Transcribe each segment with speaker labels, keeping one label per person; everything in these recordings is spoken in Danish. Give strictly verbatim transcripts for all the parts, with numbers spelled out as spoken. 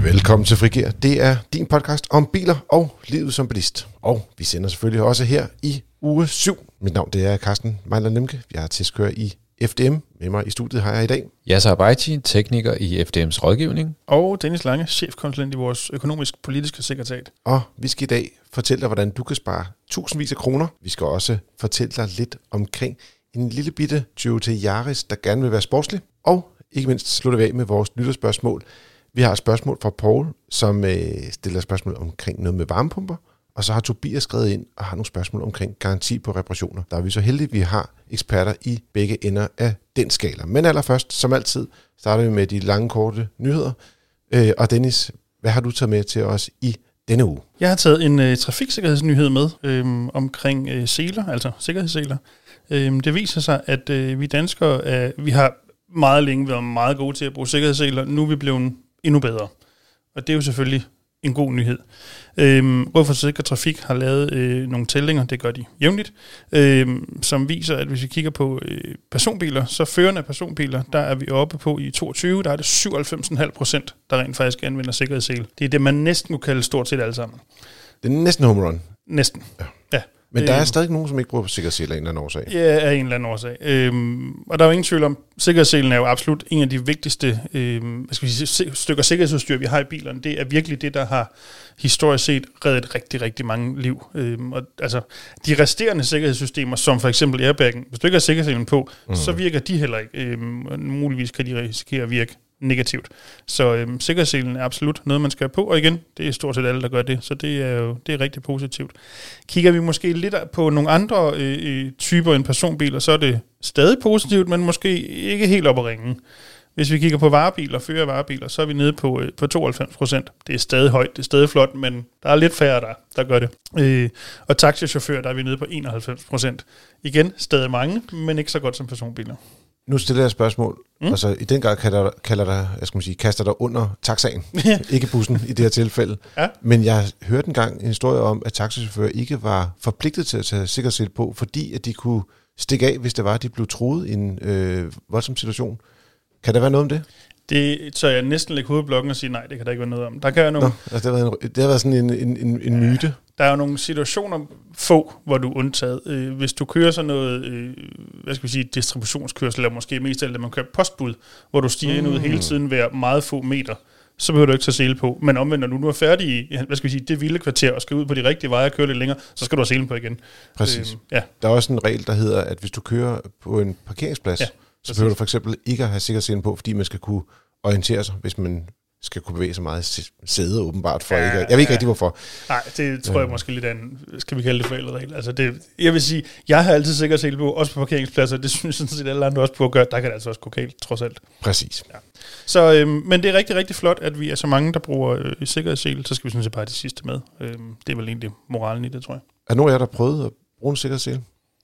Speaker 1: Velkommen til Frigir. Det er din podcast om biler og livet som bilist. Og vi sender selvfølgelig også her i uge syv. Mit navn det er Carsten Mejler-Lemke. Jeg er testkører i F D M. Med mig i studiet har jeg i dag
Speaker 2: Yasser Abaiti, tekniker i F D M's rådgivning.
Speaker 3: Og Dennis Lange, chefkonsulent i vores økonomisk-politiske sekretariat.
Speaker 1: Og vi skal i dag fortælle dig, hvordan du kan spare tusindvis af kroner. Vi skal også fortælle dig lidt omkring en lille bitte Toyota Yaris, der gerne vil være sportslig. Og ikke mindst slutter vi af med vores lytterspørgsmål. Vi har et spørgsmål fra Paul, som øh, stiller spørgsmål omkring noget med varmepumper. Og så har Tobias skrevet ind og har nogle spørgsmål omkring garanti på reparationer. Der er vi så heldige, at vi har eksperter i begge ender af den skala. Men allerførst, som altid, starter vi med de lange, korte nyheder. Øh, og Dennis, hvad har du taget med til os i denne uge?
Speaker 3: Jeg har taget en øh, trafiksikkerhedsnyhed med øh, omkring øh, seler, altså sikkerhedsseler. Øh, det viser sig, at øh, vi danskere, øh, vi har meget længe været meget gode til at bruge sikkerhedsseler. Nu er vi blevet endnu bedre. Og det er jo selvfølgelig en god nyhed. Øhm, Rådet for Sikker Trafik har lavet øh, nogle tællinger, det gør de jævnligt, øhm, som viser, at hvis vi kigger på øh, personbiler, så førende af personbiler, der er vi oppe på i toogtyve, der er det syvoghalvfems komma fem procent, der rent faktisk anvender sikkerhedssele. Det er det, man næsten kunne kalde stort set alle sammen.
Speaker 1: Det er næsten home run.
Speaker 3: Næsten, ja. ja.
Speaker 1: Men der er stadig nogen, som ikke bruger sikkerhedsseler af en eller anden årsag.
Speaker 3: Ja, af en eller anden årsag. Øhm, og der er jo ingen tvivl om, sikkerhedsselen er jo absolut en af de vigtigste øhm, hvad skal vi sige, stykker sikkerhedsudstyr, vi har i bilerne. Det er virkelig det, der har historisk set reddet rigtig, rigtig mange liv. Øhm, og, altså, de resterende sikkerhedssystemer, som for eksempel airbaggen, hvis du ikke har sikkerhedsselen på, mm. så virker de heller ikke. Øhm, muligvis kan de risikere at virke negativt. Så øhm, sikkerhedsselen er absolut noget, man skal have på, og igen, det er stort set alle, der gør det, så det er jo det er rigtig positivt. Kigger vi måske lidt på nogle andre øh, typer end personbiler, så er det stadig positivt, men måske ikke helt op at ringe. Hvis vi kigger på varebiler, fører varebiler, så er vi nede på, øh, på tooghalvfems procent. Det er stadig højt, det er stadig flot, men der er lidt færre, der, der gør det. Øh, og taxichauffører, der er vi nede på enoghalvfems procent. Igen, stadig mange, men ikke så godt som personbiler.
Speaker 1: Nu stiller jeg et spørgsmål. Mm. Altså, i den grad kalder, kalder der, jeg skal sige, kaster dig under taxaen, ikke bussen i det her tilfælde. Ja. Men jeg hørte engang en historie om, at taxichauffører ikke var forpligtet til at tage sikkerhedssele på, fordi at de kunne stikke af, hvis det var, at de blev truet i en øh, voldsom situation. Kan der være noget om det?
Speaker 3: Det tør jeg næsten lægge hovedet i blokken og sige, nej, det kan der ikke være noget om. Der kan være nogle...
Speaker 1: Nå, altså det, har været en, det har været sådan en, en, en, en myte. Ja,
Speaker 3: der er jo nogle situationer få, hvor du er undtaget. Øh, hvis du kører sådan noget, øh, hvad skal vi sige, distributionskørsel, eller måske mest af det, man kører postbud, hvor du stiger mm. ind ud hele tiden hver meget få meter, så behøver du ikke tage sele på. Men omvendt, når du nu er færdig i, hvad skal vi sige, det vilde kvarter, og skal ud på de rigtige veje og køre lidt længere, så skal du have selen på igen.
Speaker 1: Præcis.
Speaker 3: Øh, ja.
Speaker 1: Der er også en regel, der hedder, at hvis du kører på en parkeringsplads, ja, så behøver du for eksempel ikke at have sikkerhedsselen på, fordi man skal kunne orientere sig, hvis man skal kunne bevæge sig meget sæde åbenbart for ja, ikke. Jeg ved ikke ja. rigtig hvorfor.
Speaker 3: Nej, det tror jeg måske lidt af en, skal vi kalde det forældreregel. Altså det, jeg vil sige, jeg har altid sikkerhedssele på, også på parkeringspladser. Det synes jeg sådan set alle andre også på at gøre. Der kan det altså også gå galt, trods alt.
Speaker 1: Præcis.
Speaker 3: Ja. Så, øhm, men det er rigtig, rigtig flot, at vi er så mange, der bruger øh, sikkerhedssele. Så skal vi sådan set bare det sidste med. Øhm, det er vel egentlig moralen i det, tror jeg.
Speaker 1: Er nogen af jer, der prøvet at bruge en sikkerhedssele?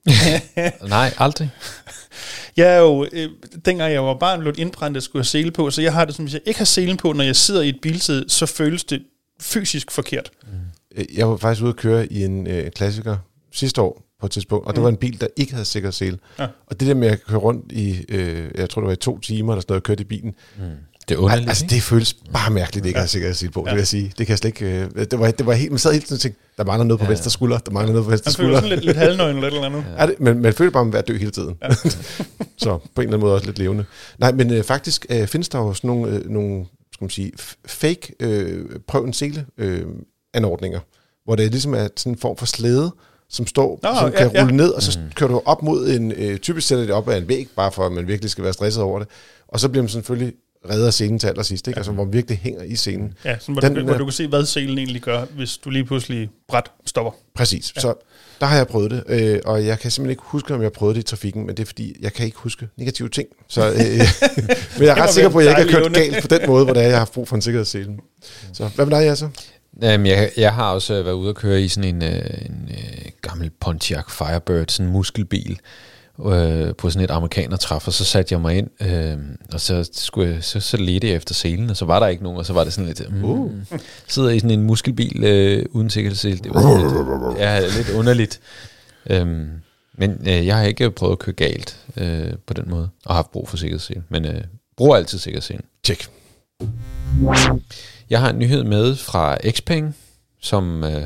Speaker 2: Nej, aldrig.
Speaker 3: Jeg er jo, øh, dengang jeg var barn, blev indbrændt, skulle jeg sele på, så jeg har det sådan, hvis jeg ikke har selen på, når jeg sidder i et bilsæde, så føles det fysisk forkert.
Speaker 1: Mm. Jeg var faktisk ude at køre i en øh, klassiker sidste år på et tidspunkt, og mm. der var en bil, der ikke havde sikkerhedssele. Ja. Og det der med at køre rundt i, øh, jeg tror det var i to timer, eller sådan noget, og kørte i bilen. Mm.
Speaker 2: Det er underligt,
Speaker 1: altså, det føles bare mærkeligt, ikke at have sikkerhedssele på, ja. Det vil jeg sige. Det kan jeg slet ikke... Øh, det, var, det var helt... Man sad helt sådan og tænkte, der mangler noget på ja. venstre skulder, der mangler noget på venstre skulder.
Speaker 3: Man føler sådan lidt, lidt halvnøgen eller et eller andet.
Speaker 1: Ja. Det, men man føler bare, at man er dø hele tiden. Ja. Så på en eller anden måde også lidt levende. Nej, men øh, faktisk øh, findes der jo sådan nogle, øh, nogle skal man sige, fake øh, prøv en sele øh, anordninger, hvor det ligesom er sådan en form for slæde, som står, Nå, som ja, kan rulle ja. ned, og så mm. kører du op mod en, øh, typisk sætter det op af en væg, bare for at man virkelig skal være stresset over det. Og så bliver man selvfølgelig redder scenen til allersidst, ikke? Ja. Altså hvor man virkelig hænger i scenen.
Speaker 3: Ja, sådan, hvor, den, du, hvor du kan se, hvad selen egentlig gør, hvis du lige pludselig bræt stopper.
Speaker 1: Præcis. Ja. Så der har jeg prøvet det, øh, og jeg kan simpelthen ikke huske, om jeg har prøvet det i trafikken, men det er fordi, jeg kan ikke huske negative ting. Så, øh, men jeg er ret sikker på, at jeg ikke har kørt galt på den måde, hvor det er, jeg har haft brug for en sikkerhedssele. Så hvad med dig, Yasser?
Speaker 2: Jamen, jeg, jeg har også været ude at køre i sådan en, en, en gammel Pontiac Firebird, sådan en muskelbil, øh, på sådan et amerikanertræf, og så satte jeg mig ind, øh, og så, skulle jeg, så, så ledte jeg efter selen, og så var der ikke nogen, og så var det sådan lidt, mm, uh. sidder i sådan en muskelbil øh, uden sikkerhedssele. Det var lidt, ja, lidt underligt. Øhm, men øh, jeg har ikke prøvet at køre galt øh, på den måde, og haft brug for sikkerhedssele, men øh, bruger altid sikkerhedsselen.
Speaker 1: Tjek.
Speaker 2: Jeg har en nyhed med fra Xpeng, som øh,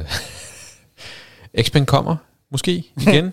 Speaker 2: Xpeng kommer måske igen.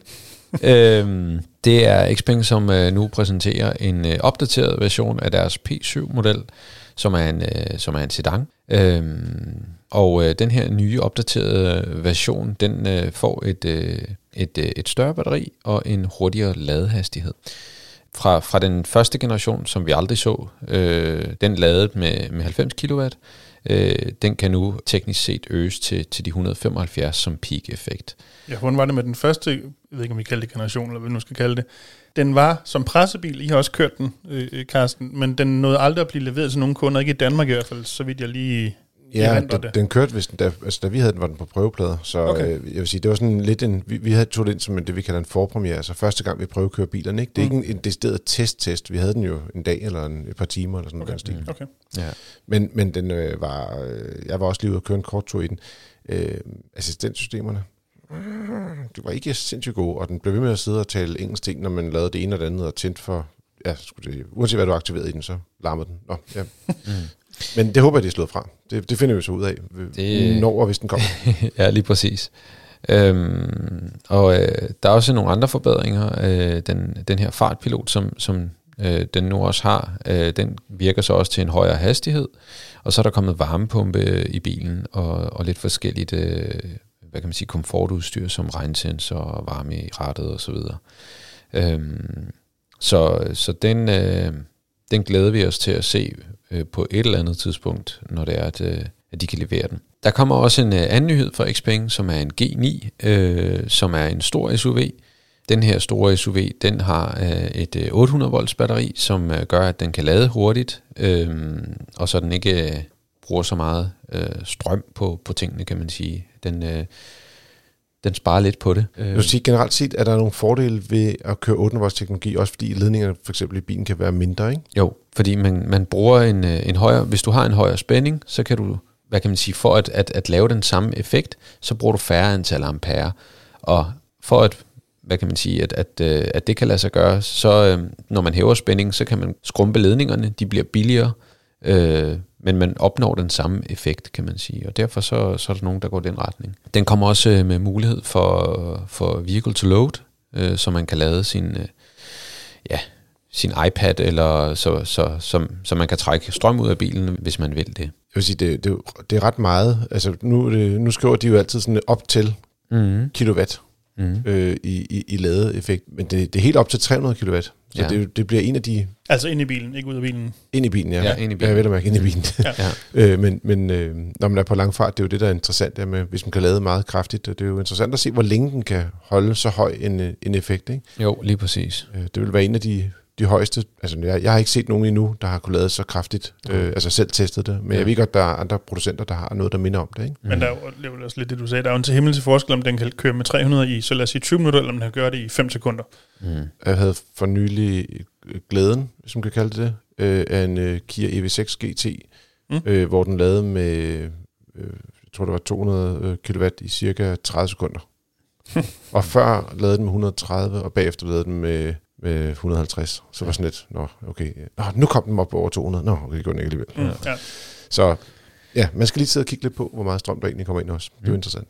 Speaker 2: øhm, det er Xpeng, som øh, nu præsenterer en øh, opdateret version af deres P syv model, som er en øh, som er en sedan. Øhm, og øh, den her nye opdaterede version, den øh, får et øh, et øh, et større batteri og en hurtigere ladehastighed. Fra, fra den første generation, som vi aldrig så, øh, den ladet med, med halvfems kilowatt, øh, den kan nu teknisk set øges til, til de et hundrede og femoghalvfjerds som peak-effekt.
Speaker 3: Ja, hvordan var det med den første, jeg ved ikke, om vi kalder det generation, eller hvad vi nu skal kalde det. Den var som pressebil, I har også kørt den, øh, Carsten, men den nåede aldrig at blive leveret til nogle kunder, ikke i Danmark i hvert fald, så vidt jeg lige...
Speaker 1: Ja, den, den kørte, hvis den, da, altså, da vi havde den, var den på prøveplader, så okay. øh, jeg vil sige, det var sådan lidt en, vi, vi havde tog det ind som en, det, vi kalder en forpremiere, altså første gang, vi prøvekører bilerne, ikke? Det er mm. ikke en, en decideret test-test, vi havde den jo en dag eller en, et par timer, eller sådan okay. noget.
Speaker 3: Okay.
Speaker 1: Ja. Men, men den øh, var, øh, jeg var også lige ude og køre en kort tur i den. Øh, assistentsystemerne, det var ikke sindssygt gode, og den blev ved med at sidde og tale engelsk ting, når man lavede det ene og det andet, og tændte for, ja, det, uanset hvad du aktiverede i den, så larmede den. Nå, ja. mm. Men det håber jeg, det er slået fra. Det, det finder vi så ud af, det... når og hvis den kommer.
Speaker 2: Ja, lige præcis. Øhm, og øh, der er også nogle andre forbedringer. Øh, den, den her fartpilot, som, som øh, den nu også har, øh, den virker så også til en højere hastighed. Og så er der kommet varmepumpe i bilen, og, og lidt forskelligt øh, hvad kan man sige, komfortudstyr, som regnsensor og varme i rattet og så videre. Øhm, så, så den, øh, den glæder vi os til at se på et eller andet tidspunkt, når det er, at, at de kan levere den. Der kommer også en anden nyhed fra Xpeng, som er en G ni, øh, som er en stor S U V. Den her store S U V, den har øh, et otte hundrede volts batteri, som øh, gør, at den kan lade hurtigt, øh, og så den ikke øh, bruger så meget øh, strøm på, på tingene, kan man sige. Den, øh, den sparer lidt på det.
Speaker 1: Jeg vil sige, generelt set er der nogle fordele ved at køre otte hundrede volts teknologi, også fordi ledningerne for eksempel i bilen kan være mindre, ikke?
Speaker 2: Jo, fordi man, man bruger en, en højere, hvis du har en højere spænding, så kan du, hvad kan man sige, for at, at, at lave den samme effekt, så bruger du færre antal ampere. Og for at, hvad kan man sige, at, at, at det kan lade sig gøre, så når man hæver spændingen, så kan man skrumpe ledningerne, de bliver billigere, øh, men man opnår den samme effekt, kan man sige, og derfor så, så er der nogen, der går den retning. Den kommer også med mulighed for, for vehicle to load, øh, så man kan lade sin, øh, ja, sin iPad, eller så, så, så, så man kan trække strøm ud af bilen, hvis man vil det.
Speaker 1: Jeg vil sige, det, det, det er ret meget. Altså nu, det, nu skriver de jo altid sådan op til mm-hmm. kilowatt mm-hmm. øh, i, i, i ladeeffekt, men det, det er helt op til tre hundrede kilowatt. Så ja. det, det bliver en af de...
Speaker 3: Altså ind i bilen, ikke ud af bilen?
Speaker 1: Ind i bilen, ja.
Speaker 2: Ja, ind i bilen.
Speaker 1: Jeg ved at mærke, ind i bilen. Ja. øh, men men øh, når man er på lang fart, det er jo det, der er interessant, der med, hvis man kan lade meget kraftigt. Og det er jo interessant at se, hvor længe den kan holde så høj en, en effekt, ikke?
Speaker 2: Jo, lige præcis.
Speaker 1: Øh, det vil være en af de, de højeste... Altså, jeg, jeg har ikke set nogen endnu, der har kunnet lade så kraftigt. Mm. Øh, altså selv testet det. Men ja. Jeg ved godt, der er andre producenter, der har noget, der minder om det, ikke?
Speaker 3: Men der er jo, det er jo også lidt det, du sagde. Der er jo en til himmel til forskel, om den kan køre med tre hundrede i, så lad os sige tyve minutter, eller om den kan gøre det i fem sekunder.
Speaker 1: Mm. Jeg havde for nylig glæden, hvis man kan kalde det det, øh, af en øh, Kia E V seks G T, mm. øh, hvor den lavede med, øh, jeg tror det var to hundrede kilowatt i cirka tredive sekunder. Og før lavede den med et hundrede og tredive, og bagefter lavede den med, med et hundrede og halvtreds. Så var sådan lidt, nå, okay, nå, nu kom den op over to hundrede. Nå, okay, det går den ikke alligevel. Mm, ja. Så ja, man skal lige sidde og kigge lidt på, hvor meget strøm der egentlig kommer ind også. Det er jo mm. interessant.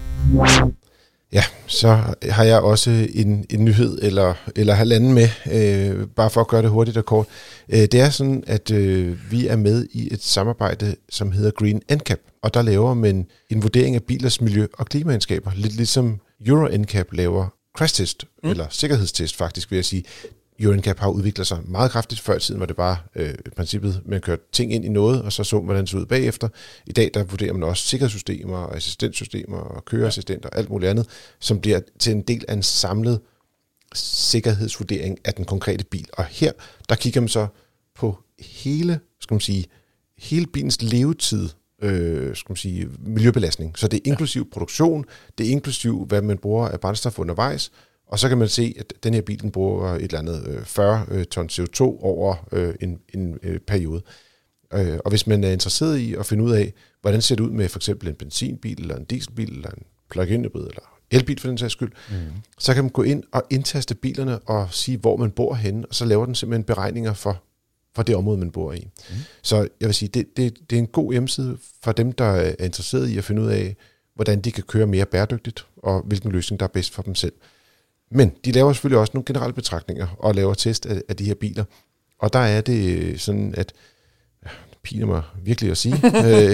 Speaker 1: Ja, så har jeg også en, en nyhed eller, eller halvanden med, øh, bare for at gøre det hurtigt og kort. Øh, det er sådan, at øh, vi er med i et samarbejde, som hedder Green N C A P, og der laver man en vurdering af bilers miljø- og klimaegenskaber, lidt ligesom Euro N C A P laver crash test, mm. eller sikkerhedstest faktisk, vil jeg sige. Euro N C A P har udviklet sig meget kraftigt. Før i tiden var det bare øh, princippet, man kørte ting ind i noget, og så så man, hvordan det så ud bagefter. I dag der vurderer man også sikkerhedssystemer, og assistenssystemer, og køreassistenter, og alt muligt andet, som bliver til en del af en samlet sikkerhedsvurdering af den konkrete bil. Og her, der kigger man så på hele, skal man sige, hele bilens levetid, øh, skal man sige, miljøbelastning. Så det er inklusiv produktion, det er inklusiv, hvad man bruger af brændstof undervejs, og så kan man se, at den her bil den bruger et eller andet øh, fyrre ton C O to over øh, en, en øh, periode. Øh, og hvis man er interesseret i at finde ud af, hvordan ser det ud med for eksempel en benzinbil, eller en dieselbil, eller en plug-in hybrid, eller elbil for den sags skyld, mm. så kan man gå ind og indtaste bilerne og sige, hvor man bor henne, og så laver den simpelthen beregninger for for det område, man bor i. Mm. Så jeg vil sige, det, det, det er en god hjemmeside for dem, der er interesseret i at finde ud af, hvordan de kan køre mere bæredygtigt, og hvilken løsning, der er bedst for dem selv. Men de laver selvfølgelig også nogle generelle betragtninger, og laver test af, af de her biler. Og der er det sådan, at ja, det piner mig virkelig at sige,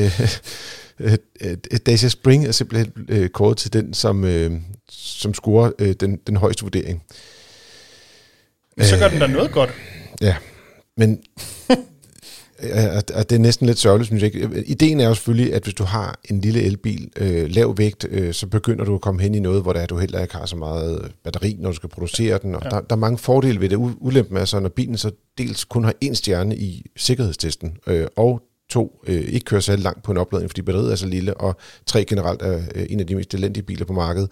Speaker 1: Dacia Spring er simpelthen øh, kåret til den, som, øh, som scorer øh, den, den højeste vurdering.
Speaker 3: Men så gør den da noget godt.
Speaker 1: Ja, men og det er næsten lidt sørgeligt, synes jeg ikke. Ideen er jo selvfølgelig, at hvis du har en lille elbil, øh, lav vægt, øh, så begynder du at komme hen i noget, hvor der, du heller ikke har så meget batteri, når du skal producere den. Og ja. der, der er mange fordele ved det. Ulempen er så, når bilen så dels kun har én stjerne i sikkerhedstesten, øh, og to, øh, ikke kører så langt på en opladning, fordi batteriet er så lille, og tre generelt er øh, en af de mest elendige biler på markedet,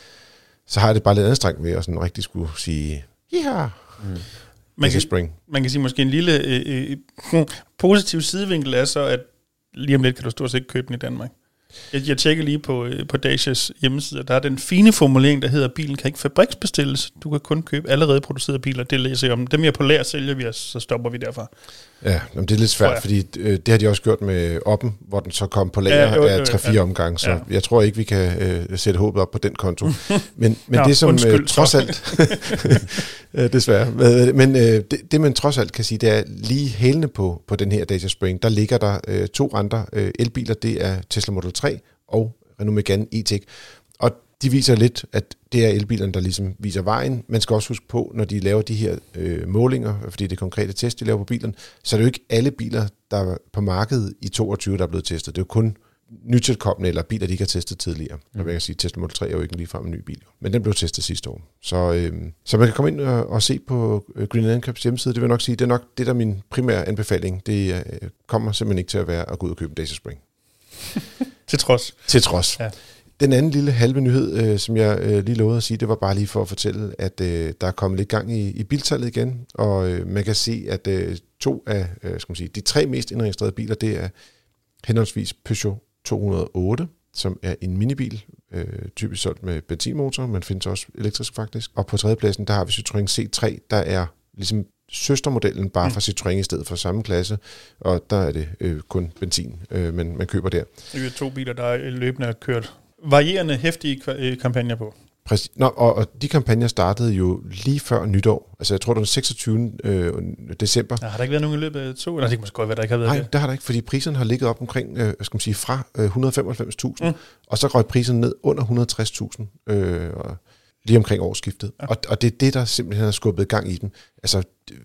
Speaker 1: så har jeg det bare lidt anstrengt ved at sådan rigtig skulle sige, ja, mm.
Speaker 3: Man kan, man kan sige, måske en lille øh, øh, positiv sidevinkel er så, at lige om lidt kan du stort set ikke købe den i Danmark. Jeg, jeg tjekker lige på, øh, på Dacias hjemmeside, der er den fine formulering, der hedder, bilen kan ikke fabriksbestilles. Du kan kun købe allerede producerede biler. Det læser jeg om. Dem jeg på lager sælger vi, så stopper vi derfra.
Speaker 1: Ja, men det er lidt svært, fordi øh, det har de også gjort med Oppen, hvor den så kom på lager ja, jo, jo, af tre fire ja. omgang, så ja. jeg tror ikke, vi kan øh, sætte håbet op på den konto. Men, men
Speaker 3: Nå,
Speaker 1: det som
Speaker 3: undskyld,
Speaker 1: øh, trods alt, desværre, men øh, det, det man trods alt kan sige, det er lige hælende på, på den her Dacia Spring, der ligger der øh, to andre øh, elbiler, det er Tesla Model tre og Renault Megane E-Tech, og de viser lidt, at det er elbilerne, der ligesom viser vejen. Man skal også huske på, når de laver de her øh, målinger, fordi det er konkrete test, de laver på bilerne, så er det jo ikke alle biler, der er på markedet i toogtyve, der er blevet testet. Det er jo kun nytilkommende eller biler, de ikke har testet tidligere. Mm. Jeg kan sige, at Tesla Model tre er jo ikke ligefrem en ny bil, men den blev testet sidste år. Så, øh, så man kan komme ind og, og se på Green Caps hjemmeside. Det vil nok sige, det er nok det, der er min primære anbefaling. Det øh, kommer simpelthen ikke til at være at gå ud og købe en Dacia Spring.
Speaker 3: Til trods.
Speaker 1: Til trods. Ja. Den anden lille halve nyhed, øh, som jeg øh, lige lovede at sige, det var bare lige for at fortælle, at øh, der er kommet lidt gang i, i bilsalget igen, og øh, man kan se, at øh, to af øh, skal man sige, de tre mest indregistrerede biler, det er henholdsvis Peugeot to hundrede og otte, som er en minibil, øh, typisk solgt med benzinmotor, men findes også elektrisk faktisk. Og på tredjepladsen, der har vi Citroën C tre, der er ligesom søstermodellen bare fra Citroën i stedet for samme klasse, og der er det øh, kun benzin, øh, men man køber der.
Speaker 3: Det er to biler, der er løbende har kørt varierende heftige kampagner på.
Speaker 1: Præcis. Nå, og, og de kampagner startede jo lige før nytår. Altså jeg tror, det var den seksogtyvende Øh, december.
Speaker 3: Ja, har der ikke været nogen i løbet af to? Nej, det kan måske godt være, der ikke har været
Speaker 1: Nej,
Speaker 3: det.
Speaker 1: det har der ikke, fordi priserne har ligget op omkring, øh, skal man sige, fra øh, et hundrede og femoghalvfems tusind, mm. og så røg priserne ned under et hundrede og tres tusind, øh, lige omkring årsskiftet. Ja. Og, og det er det, der simpelthen har skubbet gang i den. Altså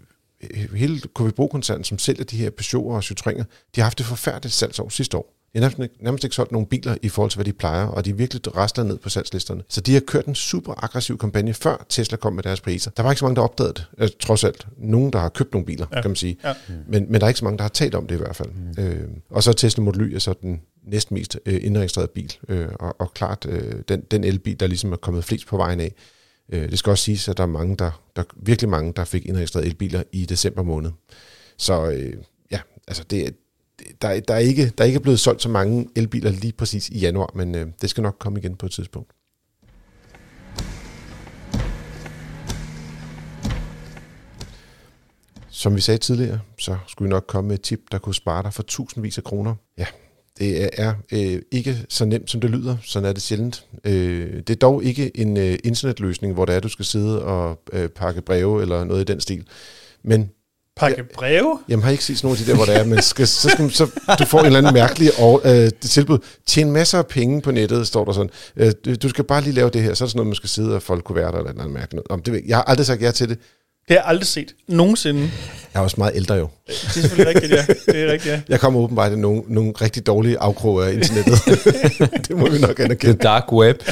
Speaker 1: hele K V Bo-koncernen, som sælger de her Peugeot og Citroëner, de har haft et forfærdeligt salgsår sidste år. De har nærmest, nærmest ikke solgt nogle biler i forhold til, hvad de plejer, og de er virkelig raslet ned på salgslisterne. Så de har kørt en super aggressiv kampagne, før Tesla kom med deres priser. Der var ikke så mange, der opdagede det, altså, trods alt. Nogen, der har købt nogle biler, ja. kan man sige. Ja. Men, men der er ikke så mange, der har talt om det i hvert fald. Mm. Øh, og så er Tesla Model Y altså den næsten mest øh, indregistrerede bil, øh, og, og klart øh, den, den elbil, der ligesom er kommet flest på vejen af. Øh, det skal også siges, at der er mange, der, der virkelig mange, der fik indregistreret elbiler i december måned. Så øh, ja, altså det er Der, der, er ikke, der er ikke blevet solgt så mange elbiler lige præcis i januar, men øh, det skal nok komme igen på et tidspunkt. Som vi sagde tidligere, så skulle vi nok komme med et tip, der kunne spare dig for tusindvis af kroner. Ja, det er øh, ikke så nemt, som det lyder. Sådan er det sjældent. Øh, det er dog ikke en øh, internetløsning, hvor det er, du skal sidde og øh, pakke breve eller noget i den stil. Men
Speaker 3: pakke breve?
Speaker 1: Ja, jamen har I ikke set sådan nogle af de der, hvor det er, men skal, så, skal, så du får en eller anden mærkelig og, øh, tilbud. Tjen masser af penge på nettet, står der sådan. Øh, du, du skal bare lige lave det her, så er det sådan noget, man skal sidde og folde kuverter eller noget mærkeligt. Om det, jeg har aldrig sagt ja til det.
Speaker 3: Det har jeg aldrig set. Nogensinde.
Speaker 1: Jeg er også meget ældre jo.
Speaker 3: Det er selvfølgelig rigtigt, ja. Det er rigtigt, ja.
Speaker 1: Jeg kommer åbenbart i nogle, nogle rigtig dårlige afkroge af internettet. Det må vi nok anerkende.
Speaker 2: The dark web.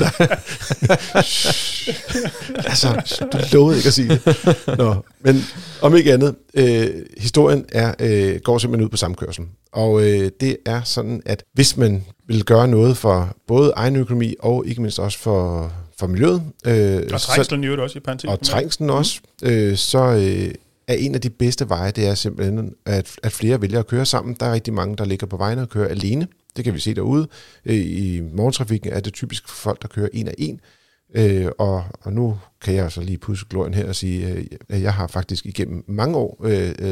Speaker 1: Altså, du lovede ikke at sige det. Nå, men om ikke andet, øh, historien er, øh, går simpelthen ud på samkørsel. Og øh, det er sådan, at hvis man vil gøre noget for både egen økonomi og ikke mindst også for, for miljøet. Øh,
Speaker 3: og trængslen jo også i parentes.
Speaker 1: Og trængslen også. Øh, så øh, er en af de bedste veje, det er simpelthen, at, at flere vælger at køre sammen. Der er rigtig mange, der ligger på vejene og kører alene. Det kan vi se derude. Øh, I morgentrafikken er det typisk folk, der kører en af en. Øh, og, og nu kan jeg så lige pusse glorien her og sige, øh, at jeg har faktisk igennem mange år øh,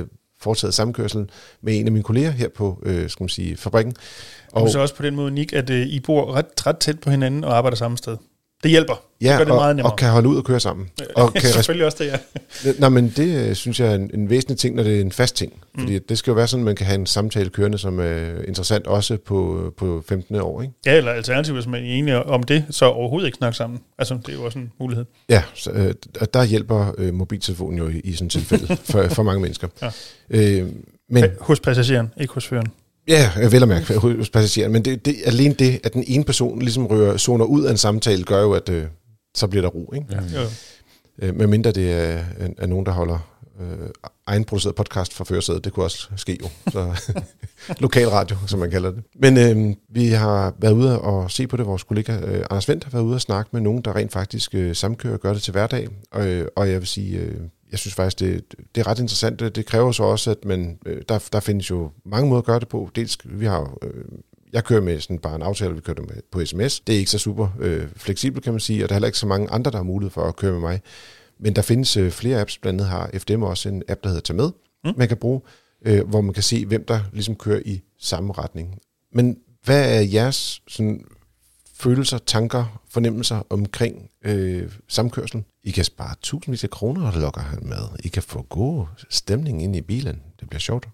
Speaker 1: foretaget samkørsel med en af mine kolleger her på øh, skal man sige, fabrikken.
Speaker 3: Og så også på den måde, Nick, at øh, I bor ret, ret tæt på hinanden og arbejder samme sted. Det hjælper.
Speaker 1: Ja,
Speaker 3: det gør det
Speaker 1: og,
Speaker 3: meget nemmere.
Speaker 1: og kan holde ud og køre sammen. Og kan
Speaker 3: selvfølgelig også det, ja.
Speaker 1: Nå, men det øh, synes jeg er en, en væsentlig ting, når det er en fast ting. Fordi mm. det skal jo være sådan, at man kan have en samtale kørende, som er interessant også på, på femten år, ikke?
Speaker 3: Ja, eller alternativt, hvis man er enige om det, så overhovedet ikke snakke sammen. Altså, det er jo også en mulighed.
Speaker 1: Ja, så, øh, der hjælper øh, mobiltelefonen jo i, i sådan et tilfælde for, for mange mennesker. Ja. Øh, men,
Speaker 3: hos passageren, ikke hos føreren.
Speaker 1: Ja, jeg vil mærke hos passageren, men det, det, alene det, at den ene person ligesom rører, zoner ud af en samtale, gør jo, at øh, så bliver der ro, ikke? Ja. Øh, med mindre det er, er nogen, der holder øh, egenproduceret podcast fra førersædet, det kunne også ske jo. Så lokalradio, som man kalder det. Men øh, vi har været ude og se på det. Vores kollega øh, Anders Wendt har været ude og snakke med nogen, der rent faktisk øh, samkører og gør det til hverdag. Og, øh, og jeg vil sige, øh, jeg synes faktisk, det, det er ret interessant. Det kræver så også, at man, øh, der, der findes jo mange måder at gøre det på. Dels, vi har øh, jeg kører med sådan bare en aftale, vi kører det med på sms. Det er ikke så super øh, fleksibelt, kan man sige, og der er heller ikke så mange andre, der har mulighed for at køre med mig. Men der findes øh, flere apps, blandt andet har F D M også en app, der hedder Tag Med, mm. man kan bruge, øh, hvor man kan se, hvem der ligesom kører i samme retning. Men hvad er jeres sådan, følelser, tanker, fornemmelser omkring øh, samkørsel? I kan spare tusindvis af kroner, og det lokker han med. I kan få god stemning ind i bilen. Det bliver sjovt.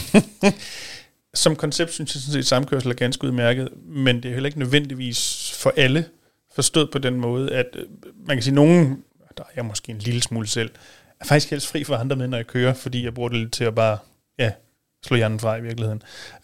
Speaker 3: Som koncept synes jeg sådan set, at samkørsel er ganske udmærket, men det er heller ikke nødvendigvis for alle forstået på den måde, at man kan sige, at nogen, der er jeg måske en lille smule selv, er faktisk helst fri for andre med, når jeg kører, fordi jeg bruger det lidt til at bare ja, slå hjernen fra i virkeligheden.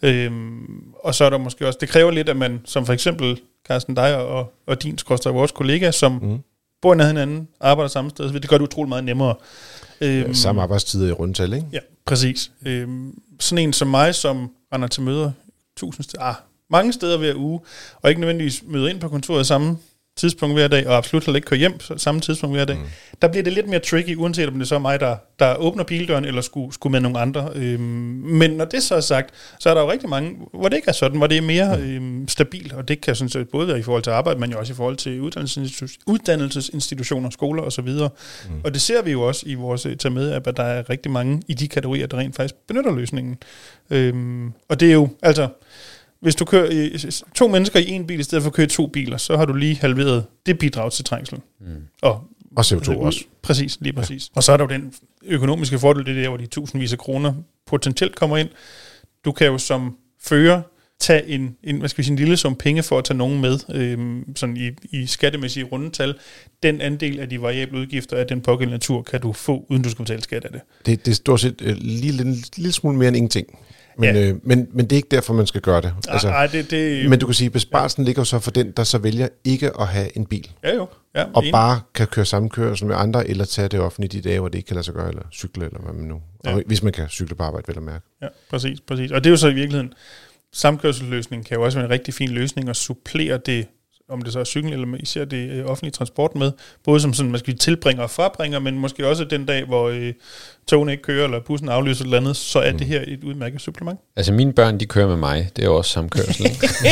Speaker 3: Øhm, og så er der måske også, det kræver lidt, at man, som for eksempel Carsten, dig og, og din skråstreg vores kollega, som mm. bor i nærheden hinanden, arbejder samme sted, så det gør det utroligt meget nemmere. Øhm,
Speaker 1: ja, samme arbejdstider i rundtal, ikke?
Speaker 3: Ja, præcis. Øhm, sådan en som mig, som render til møder tusind steder, ah, mange steder hver uge, og ikke nødvendigvis møder ind på kontoret samme tidspunkt hver dag, og absolut heller ikke kører hjem samme tidspunkt hver dag, mm. der bliver det lidt mere tricky, uanset om det så er mig, der, der åbner bildøren, eller skulle, skulle med nogle andre. Øhm, men når det så er sagt, så er der jo rigtig mange, hvor det ikke er sådan, hvor det er mere øhm, stabilt, og det kan sådan set både være i forhold til arbejde, men jo også i forhold til uddannelsesinstitu- uddannelsesinstitutioner, skoler osv. Mm. Og det ser vi jo også i vores Tag Med-app, at der er rigtig mange i de kategorier, der rent faktisk benytter løsningen. Øhm, og det er jo, altså... Hvis du kører i, to mennesker i en bil, i stedet for at køre to biler, så har du lige halveret det bidrag til trængsel. Mm. Og,
Speaker 1: og C O to også.
Speaker 3: Præcis, lige præcis. Ja. Og så er der jo den økonomiske fordel, det der, hvor de tusindvis af kroner potentielt kommer ind. Du kan jo som fører tage en, en, hvad skal vi sige, en lille sum penge for at tage nogen med, øhm, sådan i, i skattemæssige rundetal. Den andel af de variable udgifter af den pågældende tur kan du få, uden du skal betale skat af det.
Speaker 1: Det, det er stort set uh, lige en lille smule mere end ingenting. Men, ja. øh, men, men det er ikke derfor, man skal gøre det. Altså,
Speaker 3: Ej, det, det
Speaker 1: men du kan sige, at besparelsen ja. ligger så for den, der så vælger ikke at have en bil.
Speaker 3: Ja, jo. Ja,
Speaker 1: og
Speaker 3: enig.
Speaker 1: bare kan køre samkørsel med andre, eller tage det offentlige de dage, hvor det ikke kan lade sig gøre, eller cykle, eller hvad man nu. Ja. Og hvis man kan cykle på arbejde, vel at mærke.
Speaker 3: Ja, præcis, præcis. Og det er jo så i virkeligheden, samkørselsløsningen kan jo også være en rigtig fin løsning at supplere det, om det så er cykel, eller især det øh, offentlige transport med, både som sådan, man skal tilbringer og frabringer, men måske også den dag, hvor øh, togene ikke kører, eller bussen aflyser eller andet, så er mm. det her et udmærket supplement.
Speaker 2: Altså mine børn, de kører med mig, det er jo også samkørsel.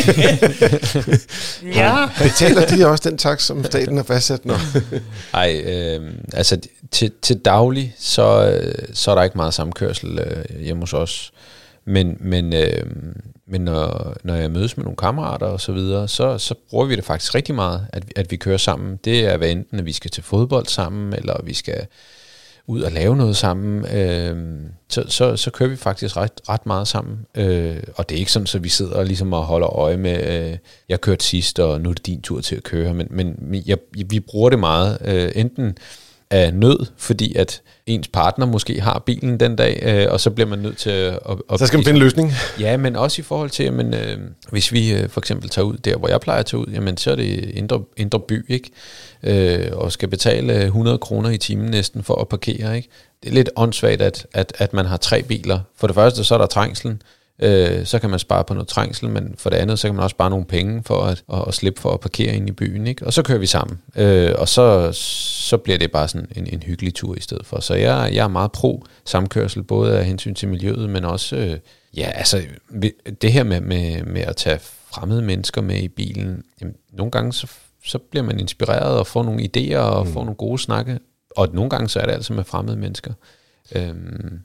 Speaker 3: Ja.
Speaker 1: Betaler de også den takst, som staten har fastsat nu?
Speaker 2: Nej, øh, altså til, til daglig, så, så er der ikke meget samkørsel øh, hjemme hos os. Men, men, øh, men når, når jeg mødes med nogle kammerater og så videre, så, så bruger vi det faktisk rigtig meget, at, at vi kører sammen. Det er hvad enten, at vi skal til fodbold sammen, eller vi skal ud og lave noget sammen. Øh, så, så, så kører vi faktisk ret, ret meget sammen. Øh, og det er ikke sådan, at vi sidder og, ligesom og holder øje med, øh, jeg kørte sidst, og nu er det din tur til at køre. Men, men jeg, vi bruger det meget. Øh, enten af nød, fordi at ens partner måske har bilen den dag, øh, og så bliver man nødt til at... at
Speaker 1: så skal man finde en løsning.
Speaker 2: Ja, men også i forhold til, jamen, øh, hvis vi øh, for eksempel tager ud der, hvor jeg plejer at tage ud, jamen så er det indre, indre by, ikke? Øh, og skal betale hundrede kroner i timen næsten for at parkere, ikke? Det er lidt åndssvagt, at, at, at man har tre biler. For det første, så er der trængslen, øh, så kan man spare på noget trængsel, men for det andet, så kan man også spare nogle penge for at, at, at slippe for at parkere ind i byen, ikke? Og så kører vi sammen, øh, og så, så bliver det bare sådan en, en hyggelig tur i stedet for. Så jeg, jeg er meget pro samkørsel, både af hensyn til miljøet, men også, øh, ja, altså, det her med, med, med at tage fremmede mennesker med i bilen, jamen, nogle gange så, så bliver man inspireret og får nogle idéer og mm. får nogle gode snakke, og nogle gange så er det altså med fremmede mennesker. Øhm, Så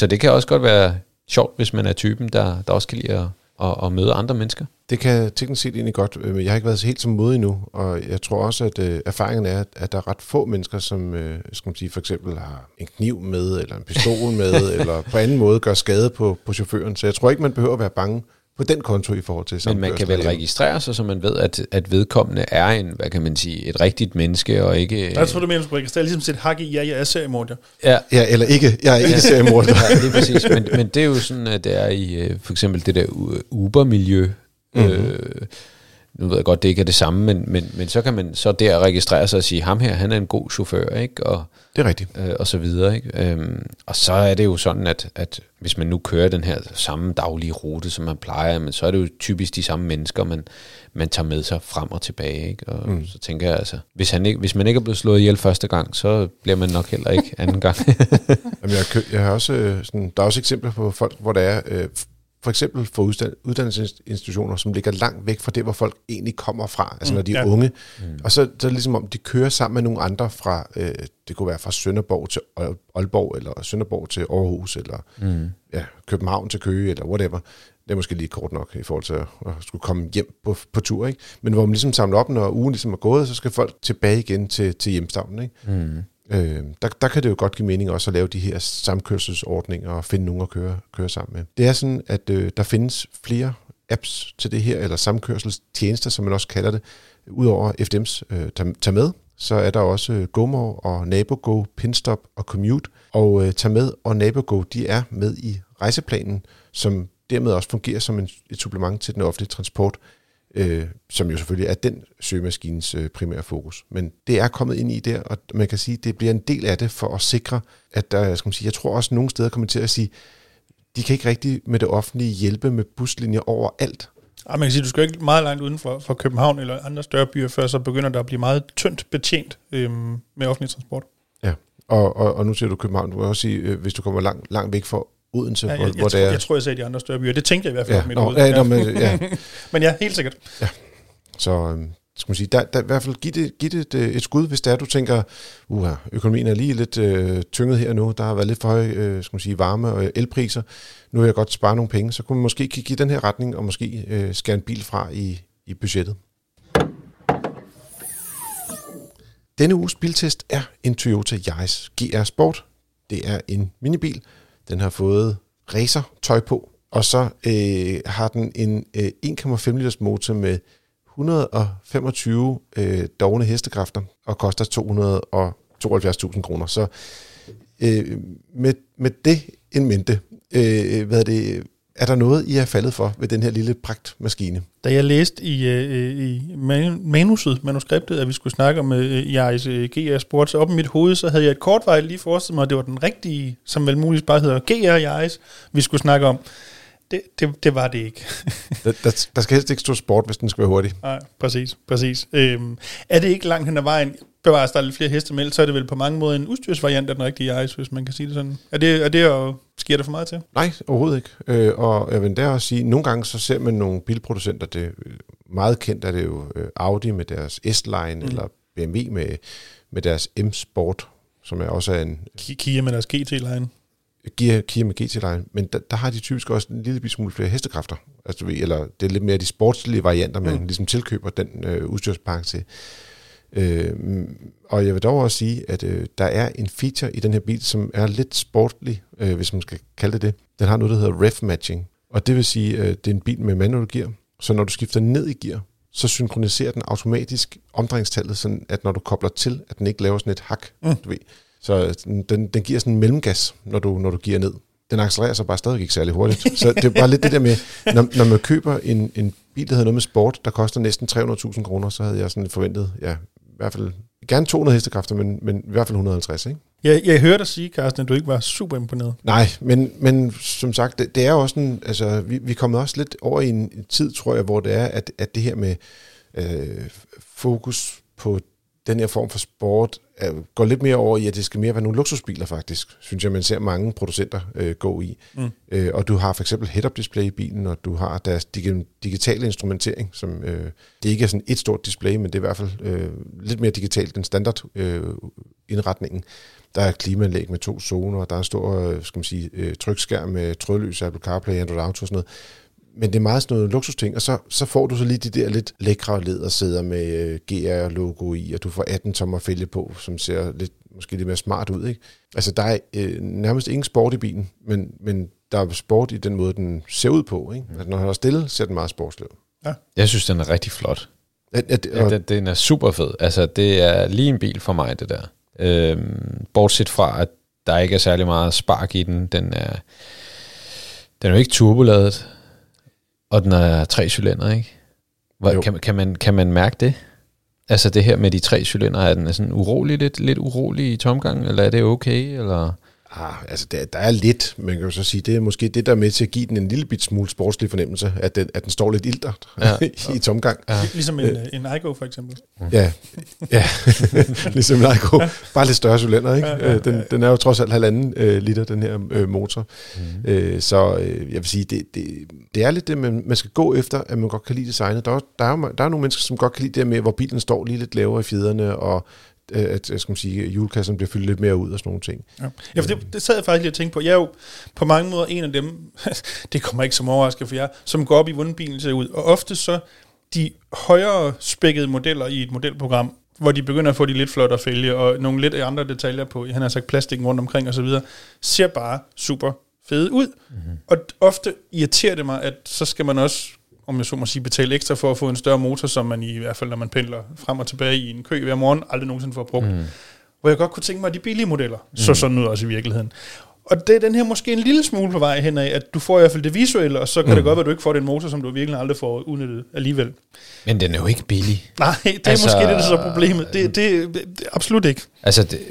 Speaker 2: så det kan også godt være sjovt, hvis man er typen, der, der også kan lide at, at, at møde andre mennesker.
Speaker 1: Det kan teknisk set egentlig godt. Jeg har ikke været helt så modig endnu, og jeg tror også, at øh, erfaringen er, at der er ret få mennesker, som øh, skal man sige, for eksempel har en kniv med, eller en pistol med, eller på anden måde gør skade på, på chaufføren. Så jeg tror ikke, man behøver at være bange på den konto i forhold til
Speaker 2: samkørsel. Men man kan vel registrere sig, så man ved, at, at vedkommende er en, hvad kan man sige, et rigtigt menneske, og ikke...
Speaker 3: Jeg tror, du mener, du skal registrere, ligesom sætte hak i, ja, jeg er seriemorder.
Speaker 1: Ja. ja, eller ikke, jeg er ikke seriemorder.
Speaker 2: Ja, det er præcis, men, men det er jo sådan, at det er i for eksempel det der Uber-miljø. Mm-hmm. Øh, nu ved jeg godt, det ikke er det samme, men, men, men så kan man så der registrere sig og sige, ham her, han er en god chauffør, ikke? Og,
Speaker 1: det er rigtigt.
Speaker 2: Øh, og så videre, ikke? Øhm, og så er det jo sådan, at, at hvis man nu kører den her samme daglige rute, som man plejer, men så er det jo typisk de samme mennesker, man, man tager med sig frem og tilbage, ikke? Og mm. så tænker jeg altså, hvis, han ikke, hvis man ikke er blevet slået ihjel første gang, så bliver man nok heller ikke anden gang.
Speaker 1: Jamen, jeg, jeg har også, sådan, der er også eksempler på folk, hvor der er... Øh, for eksempel for uddannelsesinstitutioner, som ligger langt væk fra det, hvor folk egentlig kommer fra, altså mm, når de er ja. unge. Mm. Og så, så er det ligesom om, de kører sammen med nogle andre fra, øh, det kunne være fra Sønderborg til Aalborg, eller Sønderborg til Aarhus, eller mm. ja, København til Køge, eller whatever. Det er måske lige kort nok i forhold til at, at skulle komme hjem på, på tur, ikke? Men hvor man ligesom samler op, når ugen ligesom er gået, så skal folk tilbage igen til, til hjemstavnen, ikke? Mm. Øh, der, der kan det jo godt give mening også at lave de her samkørselsordninger og finde nogen at køre, køre sammen med. Det er sådan, at øh, der findes flere apps til det her, eller samkørselstjenester, som man også kalder det, udover F D M's øh, tag, tag med. Så er der også øh, GoMore og NaboGo, Pinstop og Commute. Og øh, Tag med og NaboGo, de er med i rejseplanen, som dermed også fungerer som en, et supplement til den offentlige transport, Øh, som jo selvfølgelig er den søgemaskinens øh, primære fokus. Men det er kommet ind i der, og man kan sige, at det bliver en del af det for at sikre, at der, skal man sige, jeg tror også, at nogle steder kommer til at sige, de kan ikke rigtig med det offentlige hjælpe med buslinjer overalt.
Speaker 3: Ja, man kan sige, du skal ikke meget langt uden for, for København eller andre større byer, før så begynder der at blive meget tyndt betjent øh, med offentlig transport.
Speaker 1: Ja, og, og, og nu siger du København, du kan også sige, øh, hvis du kommer langt, langt væk fra Odense,
Speaker 3: ja,
Speaker 1: hvor,
Speaker 3: jeg,
Speaker 1: hvor
Speaker 3: jeg,
Speaker 1: det er...
Speaker 3: jeg tror, jeg sagde de andre større byer. Det tænkte jeg i hvert fald
Speaker 1: ja,
Speaker 3: om mit
Speaker 1: nå,
Speaker 3: hoved.
Speaker 1: Ja, ja. Men, ja.
Speaker 3: men ja, helt sikkert.
Speaker 1: Ja, så øhm, skal man sige, der, der, i hvert fald giv det, giv det et, et skud, hvis det er, du tænker, uha, økonomien er lige lidt øh, tynget her nu, der har været lidt for høje øh, skal man sige, varme- og elpriser, nu vil jeg godt spare nogle penge, så kunne man måske kigge i den her retning, og måske øh, skære en bil fra i, i budgettet. Denne uges biltest er en Toyota Yaris G R Sport. Det er en minibil. Den har fået racertøj på, og så øh, har den en øh, en komma fem liters motor med et hundrede og femogtyve øh, dovne hestekræfter og koster to hundrede og tooghalvfjerds tusind kroner. Så øh, med, med det en mente, øh, hvad er det, er der noget, I er faldet for ved den her lille pragtmaskine?
Speaker 3: Da jeg læste i, øh, i manuset, manuskriptet, at vi skulle snakke om øh, Yaris øh, G R Sport, så op i mit hoved, så havde jeg et kortvejt lige forestillet mig, at det var den rigtige, som vel muligvis bare hedder G R Yaris, vi skulle snakke om. Det, det, det var det ikke.
Speaker 1: der, der, der skal helst ikke stå sport, hvis den skal være hurtig.
Speaker 3: Nej, præcis, præcis. Øhm, er det ikke langt hen ad vejen, bevares der er lidt flere hestemæld, så er det vel på mange måder en udstyrsvariant af den rigtige Yaris, hvis man kan sige det sådan. Er det, er det og sker det for meget til?
Speaker 1: Nej, overhovedet ikke. Øh, og jeg vil der også sige, at nogle gange så ser man nogle bilproducenter, det er meget kendt, er det jo Audi med deres S-Line, mm. eller B M W med, med deres M-Sport, som er også en...
Speaker 3: Kia med deres G T-line.
Speaker 1: Kia, Kia med G T-line, men der, der har de typisk også en lille smule flere hestekræfter. Altså, eller det er lidt mere de sportslige varianter, man mm. ligesom tilkøber den øh, udstyrspakke til. Øh, og jeg vil dog også sige, at øh, der er en feature i den her bil, som er lidt sportlig, øh, hvis man skal kalde det det. Den har noget, der hedder rev matching, og det vil sige, at øh, det er en bil med manual gear, så når du skifter ned i gear, så synkroniserer den automatisk omdrejningstallet, sådan at når du kobler til, at den ikke laver sådan et hak, mm. du ved. Så den, den giver sådan en mellemgas, når du, når du giver ned. Den accelererer så bare stadig ikke særlig hurtigt. Så det er bare lidt det der med, når, når man køber en, en bil, der hedder noget med sport, der koster næsten tre hundrede tusind kroner, så havde jeg sådan forventet, ja, i hvert fald gerne to hundrede hestekræfter, men, men i hvert fald et hundrede og halvtreds, ikke?
Speaker 3: Jeg, jeg hørte dig sige, Carsten, at du ikke var super imponeret.
Speaker 1: Nej, men, men som sagt, det, det er også en, altså, vi, vi er kommet også lidt over i en, en tid, tror jeg, hvor det er, at, at det her med øh, fokus på den her form for sport går lidt mere over i, at det skal mere være nogle luksusbiler faktisk, synes jeg, man ser mange producenter øh, gå i. Mm. Øh, og du har for eksempel head-up display i bilen, og du har deres dig- digitale instrumentering, som øh, det ikke er sådan et stort display, men det er i hvert fald øh, lidt mere digitalt end standard øh, indretningen. Der er klimaanlæg med to zoner, der er en stor skal man sige, øh, trykskærm med trådløs, Apple CarPlay, Android Auto og sådan noget. Men det er meget sådan noget luksusting, og så, så får du så lige de der lidt lækre lædersæder med øh, G R-logo i, og du får atten tommer fælge på, som ser lidt, måske lidt mere smart ud, ikke? Altså, der er øh, nærmest ingen sport i bilen, men, men der er sport i den måde, den ser ud på, ikke? Altså, når den er stille, ser den meget sportslig ud.
Speaker 2: Ja. Jeg synes, den er rigtig flot.
Speaker 1: At, at, og,
Speaker 2: ja, den, den er super fed. Altså, det er lige en bil for mig, det der. Øhm, bortset fra, at der ikke er særlig meget spark i den. Den er, den er jo ikke turboladet. Og den er tre cylinder, ikke? Hvor, kan, kan, man, kan man mærke det? Altså det her med de tre cylinder, er den sådan urolig, lidt, lidt urolig i tomgang, eller er det okay? Eller?
Speaker 1: Ah, altså der, der er lidt, man kan jo så sige, det er måske det, der er med til at give den en lille bit smule sportslig fornemmelse, at den, at den står lidt iltert ja. i tomgang.
Speaker 3: Ja. Ligesom en, en Aygo for eksempel.
Speaker 1: Ja, ja. Ligesom en Aygo. Bare lidt større cylinder, ikke? Ja, ja, ja. Den, den er jo trods alt halvanden øh, liter, den her øh, motor. Mm. Øh, så øh, jeg vil sige, det, det, det er lidt det, man, man skal gå efter, at man godt kan lide designet. Der er, der er, jo, der er nogle mennesker, som godt kan lide det med, hvor bilen står lige lidt lavere i fjederne, og at skal man sige, hjulkassen bliver fyldt lidt mere ud og sådan nogle ting.
Speaker 3: Ja, ja for det, det sad jeg faktisk lige og tænkte på. Jeg er jo på mange måder en af dem, det kommer ikke som overraskelse for jer, som går op i, hvordan bilen ser ud. Og ofte så de højere spækkede modeller i et modelprogram, hvor de begynder at få de lidt flottere fælge, og nogle lidt andre detaljer på, han har sagt plastikken rundt omkring og så videre, ser bare super fede ud. Mm-hmm. Og ofte irriterer det mig, at så skal man også, om jeg så må sige, betale ekstra for at få en større motor, som man i hvert fald, når man pendler frem og tilbage i en kø hver morgen, aldrig nogensinde får brugt. Mm. Hvor jeg godt kunne tænke mig, at de billige modeller mm. så sådan ud også i virkeligheden. Og det er den her måske en lille smule på vej hen af, at du får i hvert fald det visuelle, og så kan mm. det godt være, at du ikke får den motor, som du virkelig aldrig får udnyttet alligevel.
Speaker 2: Men den er jo ikke billig.
Speaker 3: Nej, det er altså, måske det, der er så problemet. Det, det, det, det absolut ikke.
Speaker 2: Altså, det,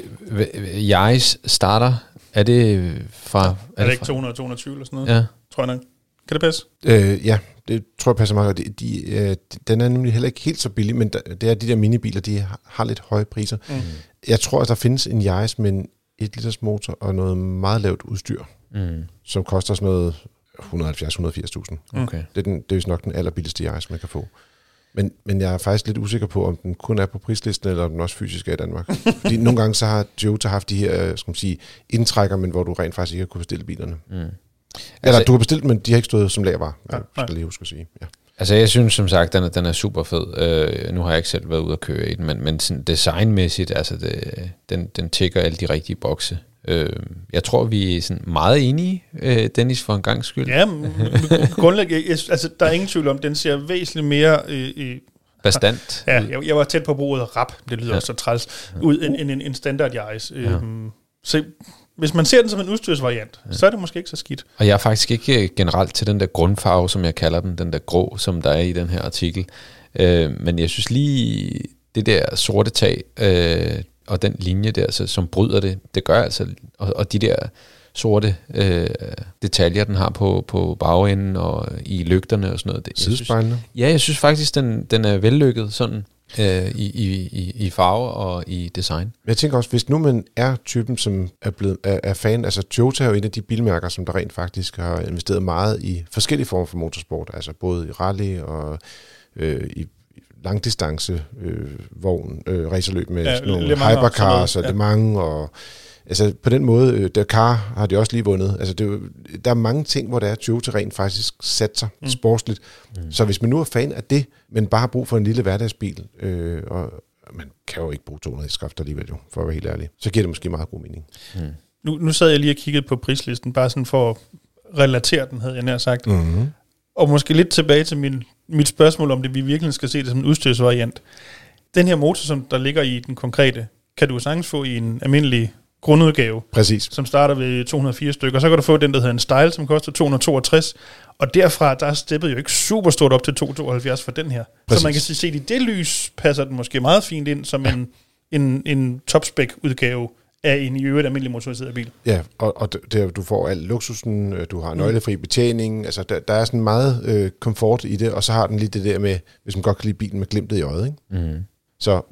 Speaker 2: Yaris starter, er det fra...
Speaker 3: Er, er det ikke to hundrede til to hundrede og tyve eller sådan noget?
Speaker 2: Ja.
Speaker 3: Tror jeg nok. Kan det passe?
Speaker 1: Øh, ja, det tror jeg passer meget. De, de, øh, den er nemlig heller ikke helt så billig, men der, det er de der minibiler, de har lidt høje priser. Mm. Jeg tror, at der findes en Yaris med en et liters motor og noget meget lavt udstyr, mm. som koster sådan noget et hundrede og halvfjerds til et hundrede og firs tusind. Okay. Det er, den, det er jo nok den allerbilligste Yaris, man kan få. Men, men jeg er faktisk lidt usikker på, om den kun er på prislisten, eller om den også fysisk er i Danmark. Fordi nogle gange så har Toyota haft de her, skal man sige, indtrækker, men hvor du rent faktisk ikke har kunne bestille bilerne. Mm. Eller altså, du har bestilt, men de har ikke stået som lagervarer, ja, skal jeg lige huske at sige. Ja.
Speaker 2: Altså jeg synes som sagt, den er, den er super fed. Uh, nu har jeg ikke selv været ude at køre i den, men, men sådan designmæssigt, altså det, den, den tjekker alle de rigtige bokse. Uh, jeg tror, vi er sådan meget enige, uh, Dennis, for en gangs skyld.
Speaker 3: Ja, grundlæggende, altså der er ingen tvivl om, den ser væsentligt mere... Øh,
Speaker 2: Bastant.
Speaker 3: Ja, jeg, jeg var tæt på bruget rap, det lyder ja. også så træls, ud end en, en, en standard Yaris. Ja. Øhm, så hvis man ser den som en udstyrsvariant, ja. så er det måske ikke så skidt.
Speaker 2: Og jeg er faktisk ikke generelt til den der grundfarve, som jeg kalder den, den der grå, som der er i den her artikel. Øh, men jeg synes lige, det der sorte tag, øh, og den linje der, så, som bryder det, det gør altså, og, og de der sorte øh, detaljer, den har på, på bagenden og i lygterne og sådan noget. Det,
Speaker 1: Sidespejlene?
Speaker 2: Ja, jeg synes faktisk, den, den er vellykket sådan. Øh, i, i, i farve og i design.
Speaker 1: Jeg tænker også, hvis nu man er typen, som er, blevet, er, er fan, altså Toyota er jo en af de bilmærker, som der rent faktisk har investeret meget i forskellige former for motorsport, altså både i rally og øh, i langdistance øh, vogn, øh, racerløb med ja, sådan nogle hypercars og ja. Le Mans og altså på den måde, øh, Dakar har de også lige vundet. Altså det er jo, der er mange ting, hvor der er Toyota rent faktisk sat sig mm. sportsligt. Mm. Så hvis man nu er fan af det, men bare har brug for en lille hverdagsbil, øh, og man kan jo ikke bruge to hundrede hestekræfter alligevel jo, for at være helt ærlig, så giver det måske meget god mening.
Speaker 3: Mm. Nu, nu sad jeg lige og kiggede på prislisten, bare sådan for at relatere den, havde jeg nær sagt. Mm-hmm. Og måske lidt tilbage til min, mit spørgsmål, om det vi virkelig skal se det som en udstyrsvariant. Den her motor, som der ligger i den konkrete, kan du sagtens få i en almindelig grundudgave,
Speaker 1: præcis,
Speaker 3: som starter ved to hundrede og fire stykker. Så kan du få den, der hedder en Style, som koster to hundrede og toogtres. Og derfra, der er steppet jo ikke super stort op til to hundrede og tooghalvfjerds for den her. Præcis. Så man kan se, at i det lys passer den måske meget fint ind som ja. en, en, en top-spec-udgave af en i øvrigt almindelig motoriseret bil.
Speaker 1: Ja, og, og det, du får al luksusen, du har nøglefri betjening, altså der, der er sådan meget øh, komfort i det, og så har den lige det der med, hvis man godt kan lide bilen med glimtet i øjet, ikke? Mm. Så, men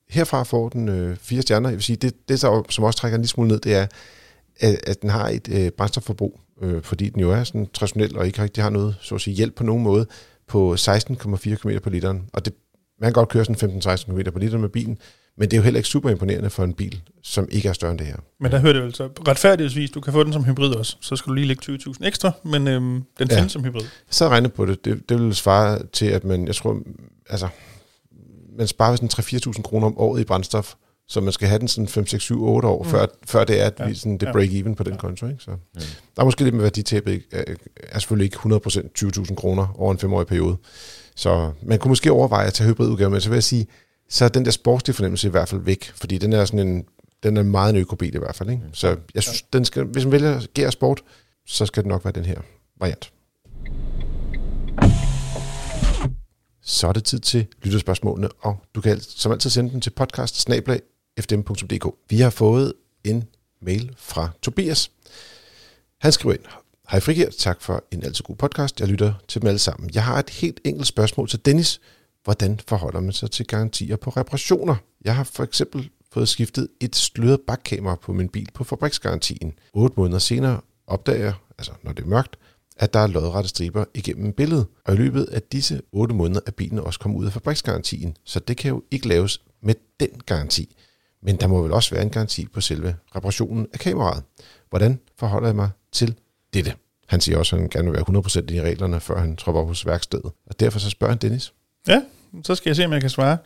Speaker 1: herfra får den øh, fire stjerner. Jeg vil sige, det, det der, som også trækker en lille smule ned, det er, at, at den har et øh, brændstofforbrug, øh, fordi den jo er sådan traditionel og ikke rigtig har noget, så at sige, hjælp på nogen måde, på seksten komma fire kilometer på literen. Og det, man kan godt køre sådan femten til seksten kilometer på literen med bilen, men det er jo heller ikke super imponerende for en bil, som ikke er større end det her.
Speaker 3: Men der hører det jo altså retfærdigvis, du kan få den som hybrid også, så skal du lige lægge tyve tusind ekstra, men øhm, den
Speaker 1: ja.
Speaker 3: findes som hybrid.
Speaker 1: Så regner på det. det. Det vil svare til, at man, jeg tror, altså, man sparer sådan tre til fire tusind kroner om året i brændstof, så man skal have den sådan fem, seks, syv, otte år, mm. før, før det er at ja. sådan, det break-even på den ja. konto. Ikke? Så mm. der er måske lidt med værditabet, er selvfølgelig ikke hundrede procent tyve tusind kroner over en femårig periode. Så man kunne måske overveje at tage hybridudgave, men så vil jeg sige, så er den der sportslige fornemmelse i hvert fald væk, fordi den er sådan en, den er meget en økobil i hvert fald. Ikke? Så jeg synes, den skal, hvis man vælger G R Sport, så skal det nok være den her variant. Så er det tid til lytterspørgsmålene, og du kan som altid sende dem til podcast snabel-a f d m punktum d k. Vi har fået en mail fra Tobias. Han skriver ind: Hej Frigert, tak for en altid god podcast. Jeg lytter til dem alle sammen. Jeg har et helt enkelt spørgsmål til Dennis. Hvordan forholder man sig til garantier på reparationer? Jeg har for eksempel fået skiftet et sløret bakkamera på min bil på fabriksgarantien. otte måneder senere opdager jeg, altså når det er mørkt, at der er lodrette striber igennem billedet. Og i løbet af disse otte måneder er bilen også kommet ud af fabriksgarantien, så det kan jo ikke laves med den garanti. Men der må vel også være en garanti på selve reparationen af kameraet. Hvordan forholder jeg mig til dette? Han siger også, at han gerne vil være hundrede procent i reglerne, før han tropper op hos værkstedet. Og derfor så spørger han Dennis.
Speaker 3: Ja, så skal jeg se, om jeg kan svare.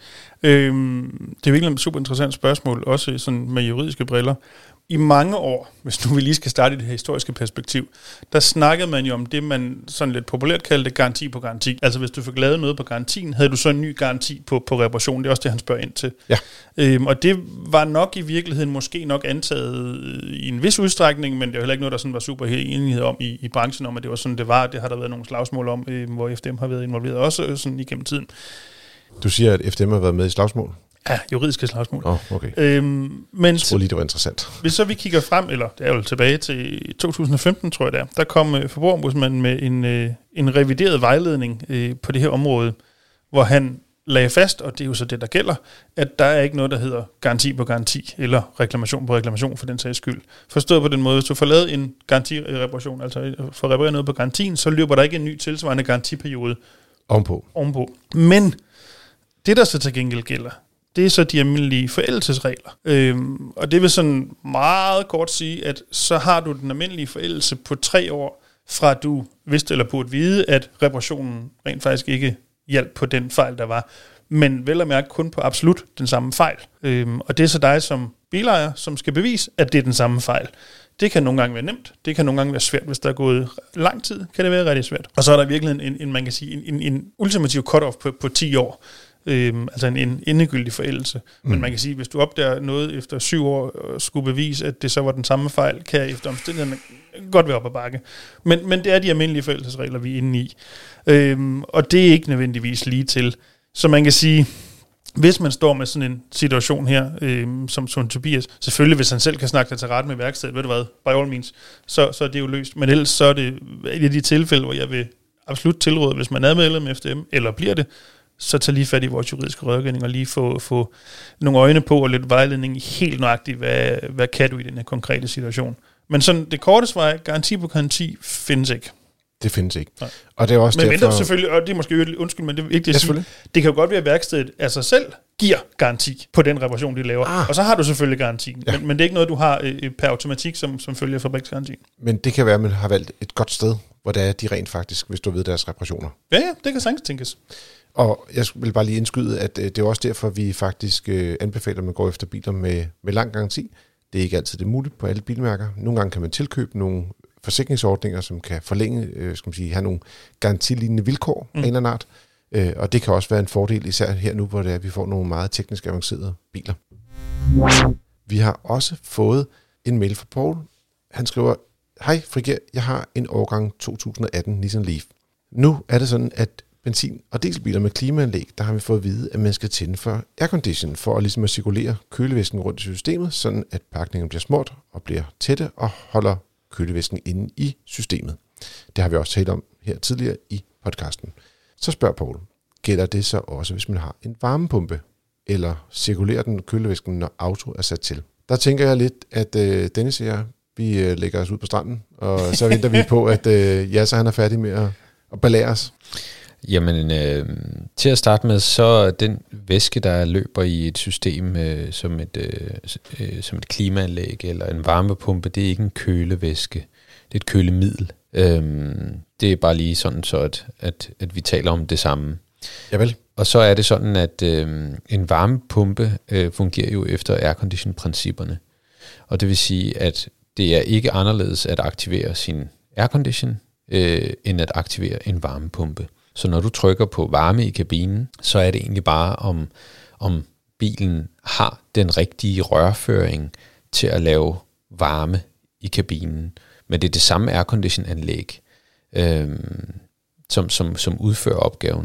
Speaker 3: Øhm, det er virkelig et super interessant spørgsmål, også sådan med juridiske briller. I mange år, hvis nu vi lige skal starte i det her historiske perspektiv, der snakkede man jo om det, man sådan lidt populært kaldte garanti på garanti. Altså hvis du fik lavet noget på garantien, havde du så en ny garanti på, på reparation. Det er også det, han spørger ind til.
Speaker 1: Ja.
Speaker 3: Øhm, og det var nok i virkeligheden måske nok antaget i en vis udstrækning, men det er jo heller ikke noget, der sådan var super enighed om i, i branchen, om at det var sådan, det var. Det har der været nogle slagsmål om, øh, hvor F D M har været involveret også sådan igennem tiden.
Speaker 1: Du siger, at F D M har været med i slagsmål?
Speaker 3: Ja, juridiske slagsmål.
Speaker 1: Oh, okay.
Speaker 3: Øhm, men
Speaker 1: jeg tror lige, det var interessant.
Speaker 3: Hvis så vi kigger frem, eller det er jo tilbage til to tusind og femten, tror jeg der, der kom øh, Forbrugerombudsmanden med en, øh, en revideret vejledning øh, på det her område, hvor han lagde fast, og det er jo så det, der gælder, at der er ikke noget, der hedder garanti på garanti, eller reklamation på reklamation for den sags skyld. Forstået på den måde, hvis du får lavet en garantireparation, altså får repareret noget på garantien, så løber der ikke en ny tilsvarende garantiperiode
Speaker 1: ovenpå.
Speaker 3: ovenpå. Men det, der så til gengæld gælder, det er så de almindelige forældelsesregler. Øhm, og det vil sådan meget kort sige, at så har du den almindelige forældelse på tre år, fra du vidste eller burde vide, at reparationen rent faktisk ikke hjalp på den fejl, der var. Men vel at mærke kun på absolut den samme fejl. Øhm, og det er så dig som bilejer, som skal bevise, at det er den samme fejl. Det kan nogle gange være nemt, det kan nogle gange være svært. Hvis der er gået lang tid, kan det være rigtig svært. Og så er der virkelig en, en man kan sige, en, en, en ultimativ cut-off på, på ti år. Øhm, altså en, en endegyldig forældelse. Mm. Men man kan sige, hvis du opdager noget efter syv år og skulle bevise, at det så var den samme fejl, kan efter omstændighederne godt være op ad bakke. Men, men det er de almindelige forældelsesregler, vi er inde i. Øhm, og det er ikke nødvendigvis lige til. Så man kan sige, hvis man står med sådan en situation her, øhm, som, som Tobias, selvfølgelig hvis han selv kan snakke dig til rette med værkstedet, ved du hvad, by all means, så, så er det jo løst. Men ellers så er det et af de tilfælde, hvor jeg vil absolut tilråde, hvis man er medlem af F D M, eller bliver det, så tag lige fat i vores juridiske rådgivning og lige få, få nogle øjne på og lidt vejledning i helt nøjagtigt, hvad, hvad kan du i den her konkrete situation. Men sådan det korte svar, garanti på garanti, findes ikke.
Speaker 1: Det findes ikke. Nej. Og det er også
Speaker 3: men
Speaker 1: derfor...
Speaker 3: Men selvfølgelig, og det er måske undskyld, men det er vigtigt at sige, det kan jo godt være, at værkstedet af sig selv giver garanti på den reparation, de laver. Ah. Og så har du selvfølgelig garantien. Ja. Men, men det er ikke noget, du har øh, per automatik, som, som følger fabriksgarantien.
Speaker 1: Men det kan være, at man har valgt et godt sted, hvor det er de rent faktisk, hvis du ved deres reparationer.
Speaker 3: Ja, ja, det kan sagtens tænkes.
Speaker 1: Og jeg vil bare lige indskyde, at det er også derfor, vi faktisk anbefaler, at man går efter biler med, med lang garanti. Det er ikke altid det muligt på alle bilmærker. Nogle gange kan man tilkøbe nogle forsikringsordninger, som kan forlænge, skal man sige, have nogle garantilignende vilkår mm. af en eller anden art. Og det kan også være en fordel, især her nu, hvor det er, at vi får nogle meget teknisk avancerede biler. Vi har også fået en mail fra Paul. Han skriver: Hej Frigert, jeg har en årgang to tusind og atten Nissan Leaf. Nu er det sådan, at benzin- og dieselbiler med klimaanlæg, der har vi fået at vide, at man skal tænde for aircondition, for at, ligesom at cirkulere kølevæsken rundt i systemet, sådan at pakningen bliver smurt og bliver tætte og holder kølevæsken inde i systemet. Det har vi også talt om her tidligere i podcasten. Så spørger Paul, gælder det så også, hvis man har en varmepumpe? eller cirkulerer den kølevæsken, når auto er sat til? Der tænker jeg lidt, at øh, Dennis og jeg, vi øh, lægger os ud på stranden, og så venter vi på, at øh, ja, så han er færdig med at, at belære os.
Speaker 2: Jamen, øh, til at starte med, så den væske, der løber i et system øh, som, et, øh, øh, som et klimaanlæg eller en varmepumpe, det er ikke en kølevæske. Det er et kølemiddel. Øh, det er bare lige sådan, så at, at, at vi taler om det samme.
Speaker 1: Javel.
Speaker 2: Og så er det sådan, at øh, en varmepumpe øh, fungerer jo efter aircondition-principperne. Og det vil sige, at det er ikke anderledes at aktivere sin aircondition, øh, end at aktivere en varmepumpe. Så når du trykker på varme i kabinen, så er det egentlig bare, om, om bilen har den rigtige rørføring til at lave varme i kabinen. Men det er det samme aircondition-anlæg, øh, som, som, som udfører opgaven.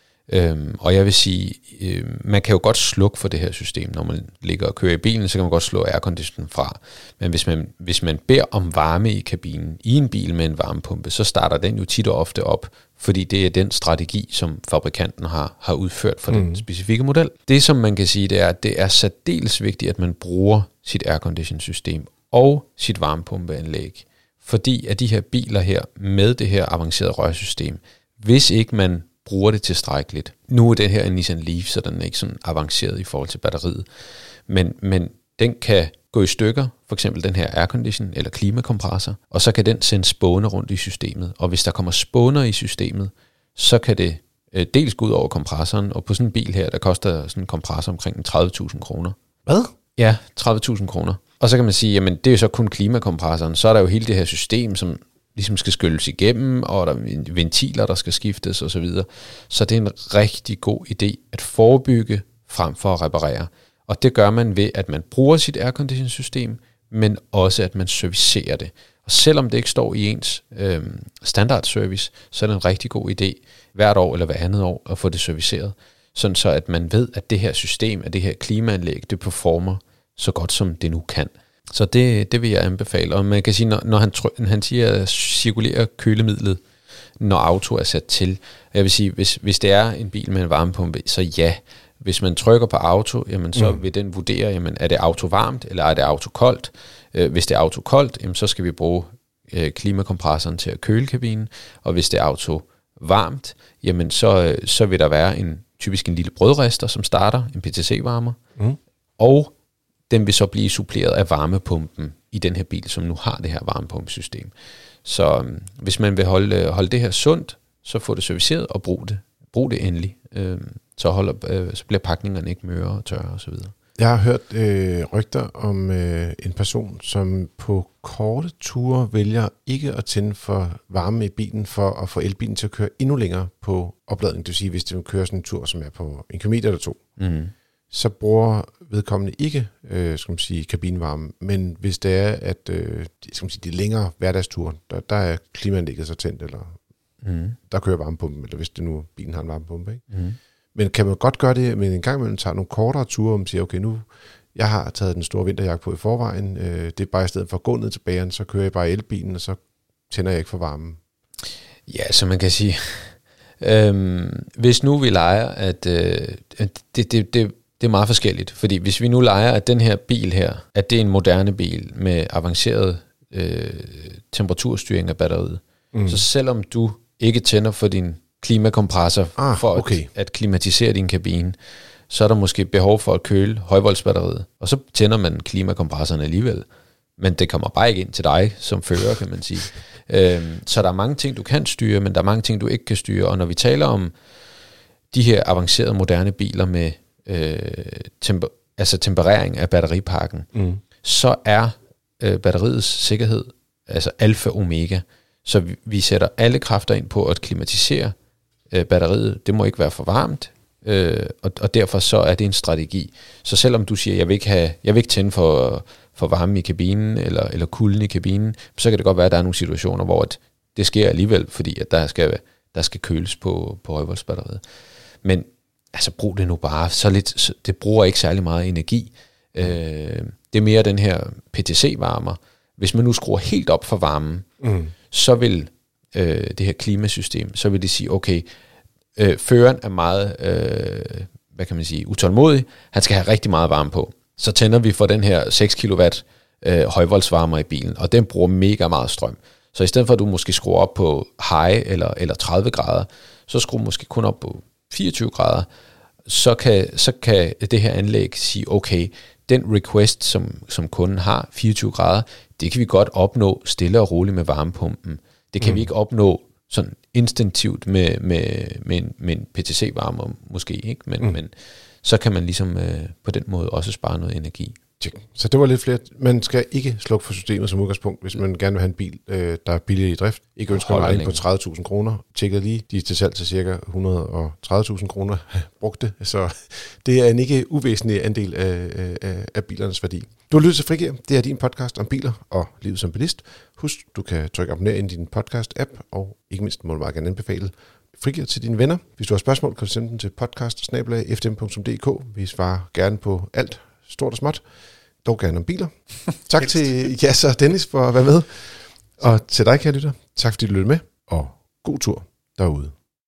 Speaker 2: Øhm, og jeg vil sige, øh, man kan jo godt slukke for det her system. Når man ligger og kører i bilen, så kan man godt slå airconditionen fra. Men hvis man, hvis man beder om varme i kabinen, i en bil med en varmepumpe, så starter den jo tit og ofte op, fordi det er den strategi, som fabrikanten har, har udført for mm. den specifikke model. Det, som man kan sige, det er, at det er særdeles vigtigt, at man bruger sit aircondition-system og sit varmepumpeanlæg. Fordi at de her biler her, med det her avancerede rørsystem, hvis ikke man bruger det tilstrækkeligt. Nu er det her en Nissan Leaf, så den er ikke sådan avanceret i forhold til batteriet. Men, men den kan gå i stykker, for eksempel den her aircondition eller klimakompressor, og så kan den sende spåner rundt i systemet. Og hvis der kommer spåner i systemet, så kan det øh, dels gå ud over kompressoren, og på sådan en bil her, der koster sådan en kompressor omkring tredive tusind kroner.
Speaker 1: Hvad?
Speaker 2: Ja, tredive tusind kroner. Og så kan man sige, jamen det er jo så kun klimakompressoren, så er der jo hele det her system, som ligesom skal skylles igennem, og der er ventiler, der skal skiftes osv. Så, videre. Så det er en rigtig god idé at forebygge frem for at reparere. Og det gør man ved, at man bruger sit aircondition-system, men også at man servicerer det. Og selvom det ikke står i ens øh, standardservice, så er det en rigtig god idé hvert år eller hver andet år at få det serviceret, sådan så at man ved, at det her system, at det her klimaanlæg, det performer så godt som det nu kan. Så det, det vil jeg anbefale. Og man kan sige, når, når han, han siger at cirkulere kølemidlet, når auto er sat til. Jeg vil sige, hvis, hvis det er en bil med en varmepumpe, så ja. Hvis man trykker på auto, jamen, så mm. vil den vurdere, jamen, er det auto varmt, eller er det auto koldt? Øh, hvis det er auto koldt, jamen, så skal vi bruge øh, klimakompressoren til at køle kabinen. Og hvis det er auto varmt, jamen, så, øh, så vil der være en typisk en lille brødrester, som starter, en P T C-varmer. Mm. Og den vil så blive suppleret af varmepumpen i den her bil, som nu har det her varmepumpesystem. Så øhm, hvis man vil holde, holde det her sundt, så få det serviceret og brug det. Brug det endelig. Øhm, så, holder, øh, så bliver pakningerne ikke møre og tørre osv.
Speaker 1: Jeg har hørt øh, rygter om øh, en person, som på korte ture vælger ikke at tænde for varme i bilen, for at få elbilen til at køre endnu længere på opladning. Det vil sige, hvis det kører sådan en tur, som er på en kilometer eller to. Mm. Så bruger vedkommende ikke øh, skal man sige, kabinvarme, men hvis det er, at øh, skal man sige, de længere hverdagsture, der, der er klimaanlægget så tændt, eller mm. der kører varmepumpen, eller hvis det nu bilen har en varmepumpe. Ikke? Mm. Men kan man godt gøre det, men en gang imellem tager nogle kortere ture, og man siger, okay, nu jeg har taget den store vinterjakke på i forvejen, øh, det er bare i stedet for at gå ned til bageren, så kører jeg bare elbilen, og så tænder jeg ikke for varmen.
Speaker 2: Ja, så man kan sige, øhm, hvis nu vi leger, at øh, det, det, det Det er meget forskelligt, fordi hvis vi nu leger, at den her bil her, at det er en moderne bil med avanceret øh, temperaturstyring af batteriet, mm. så selvom du ikke tænder for din klimakompressor ah, for okay. at, at klimatisere din kabine, så er der måske behov for at køle højvoltsbatteriet, og så tænder man klimakompressoren alligevel. Men det kommer bare ikke ind til dig som fører, kan man sige. øhm, så der er mange ting, du kan styre, men der er mange ting, du ikke kan styre. Og når vi taler om de her avancerede moderne biler med Øh, temper- altså temperering af batteripakken, mm. så er øh, batteriets sikkerhed altså alfa omega. Så vi, vi sætter alle kræfter ind på at klimatisere øh, batteriet. Det må ikke være for varmt, øh, og, og derfor så er det en strategi. Så selvom du siger, jeg vil ikke have, jeg vil ikke tænde for, for varme i kabinen eller, eller kulden i kabinen, så kan det godt være, at der er nogle situationer, hvor at det sker alligevel, fordi at der skal, der skal køles på, på højvoltsbatteriet. Men altså brug det nu bare så lidt, det bruger ikke særlig meget energi. Øh, det er mere den her P T C-varmer. Hvis man nu skruer helt op for varmen, mm. så vil øh, det her klimasystem, så vil det sige, okay, øh, føreren er meget øh, hvad kan man sige, utålmodig, han skal have rigtig meget varme på. Så tænder vi for den her seks kilowatt øh, højvoltsvarmer i bilen, og den bruger mega meget strøm. Så i stedet for, at du måske skruer op på high eller, eller tredive grader, så skruer du måske kun op på fireogtyve grader, så kan, så kan det her anlæg sige, okay, den request, som, som kunden har, fireogtyve grader, det kan vi godt opnå stille og roligt med varmepumpen. Det kan mm. vi ikke opnå sådan instinktivt med, med, med, en, med en P T C-varmer måske, ikke? Men, mm. men så kan man ligesom øh, på den måde også spare noget energi.
Speaker 1: Check. Så det var lidt flere. Man skal ikke slukke for systemet som udgangspunkt, hvis man gerne vil have en bil, øh, der er billigere i drift. Ikke ønsker en regning på tredive tusind kroner. Tjekkede lige, de er til salg til cirka et hundrede og tredive tusind kroner brugte. Så det er en ikke uvæsentlig andel af, af, af bilernes værdi. Du har lyttet til Frigir. Det er din podcast om biler og livet som bilist. Husk, du kan trykke abonner ind i din podcast-app, og ikke mindst må du meget gerne anbefale Frigir til dine venner. Hvis du har spørgsmål, kan du sende dem til podcast snabel-a f d m punktum d k. Vi svarer gerne på alt, stort og småt. Dog gerne om biler. Tak til Jas og Dennis for at være med. Og til dig, kære lytter, tak fordi du lyttede med, og god tur derude.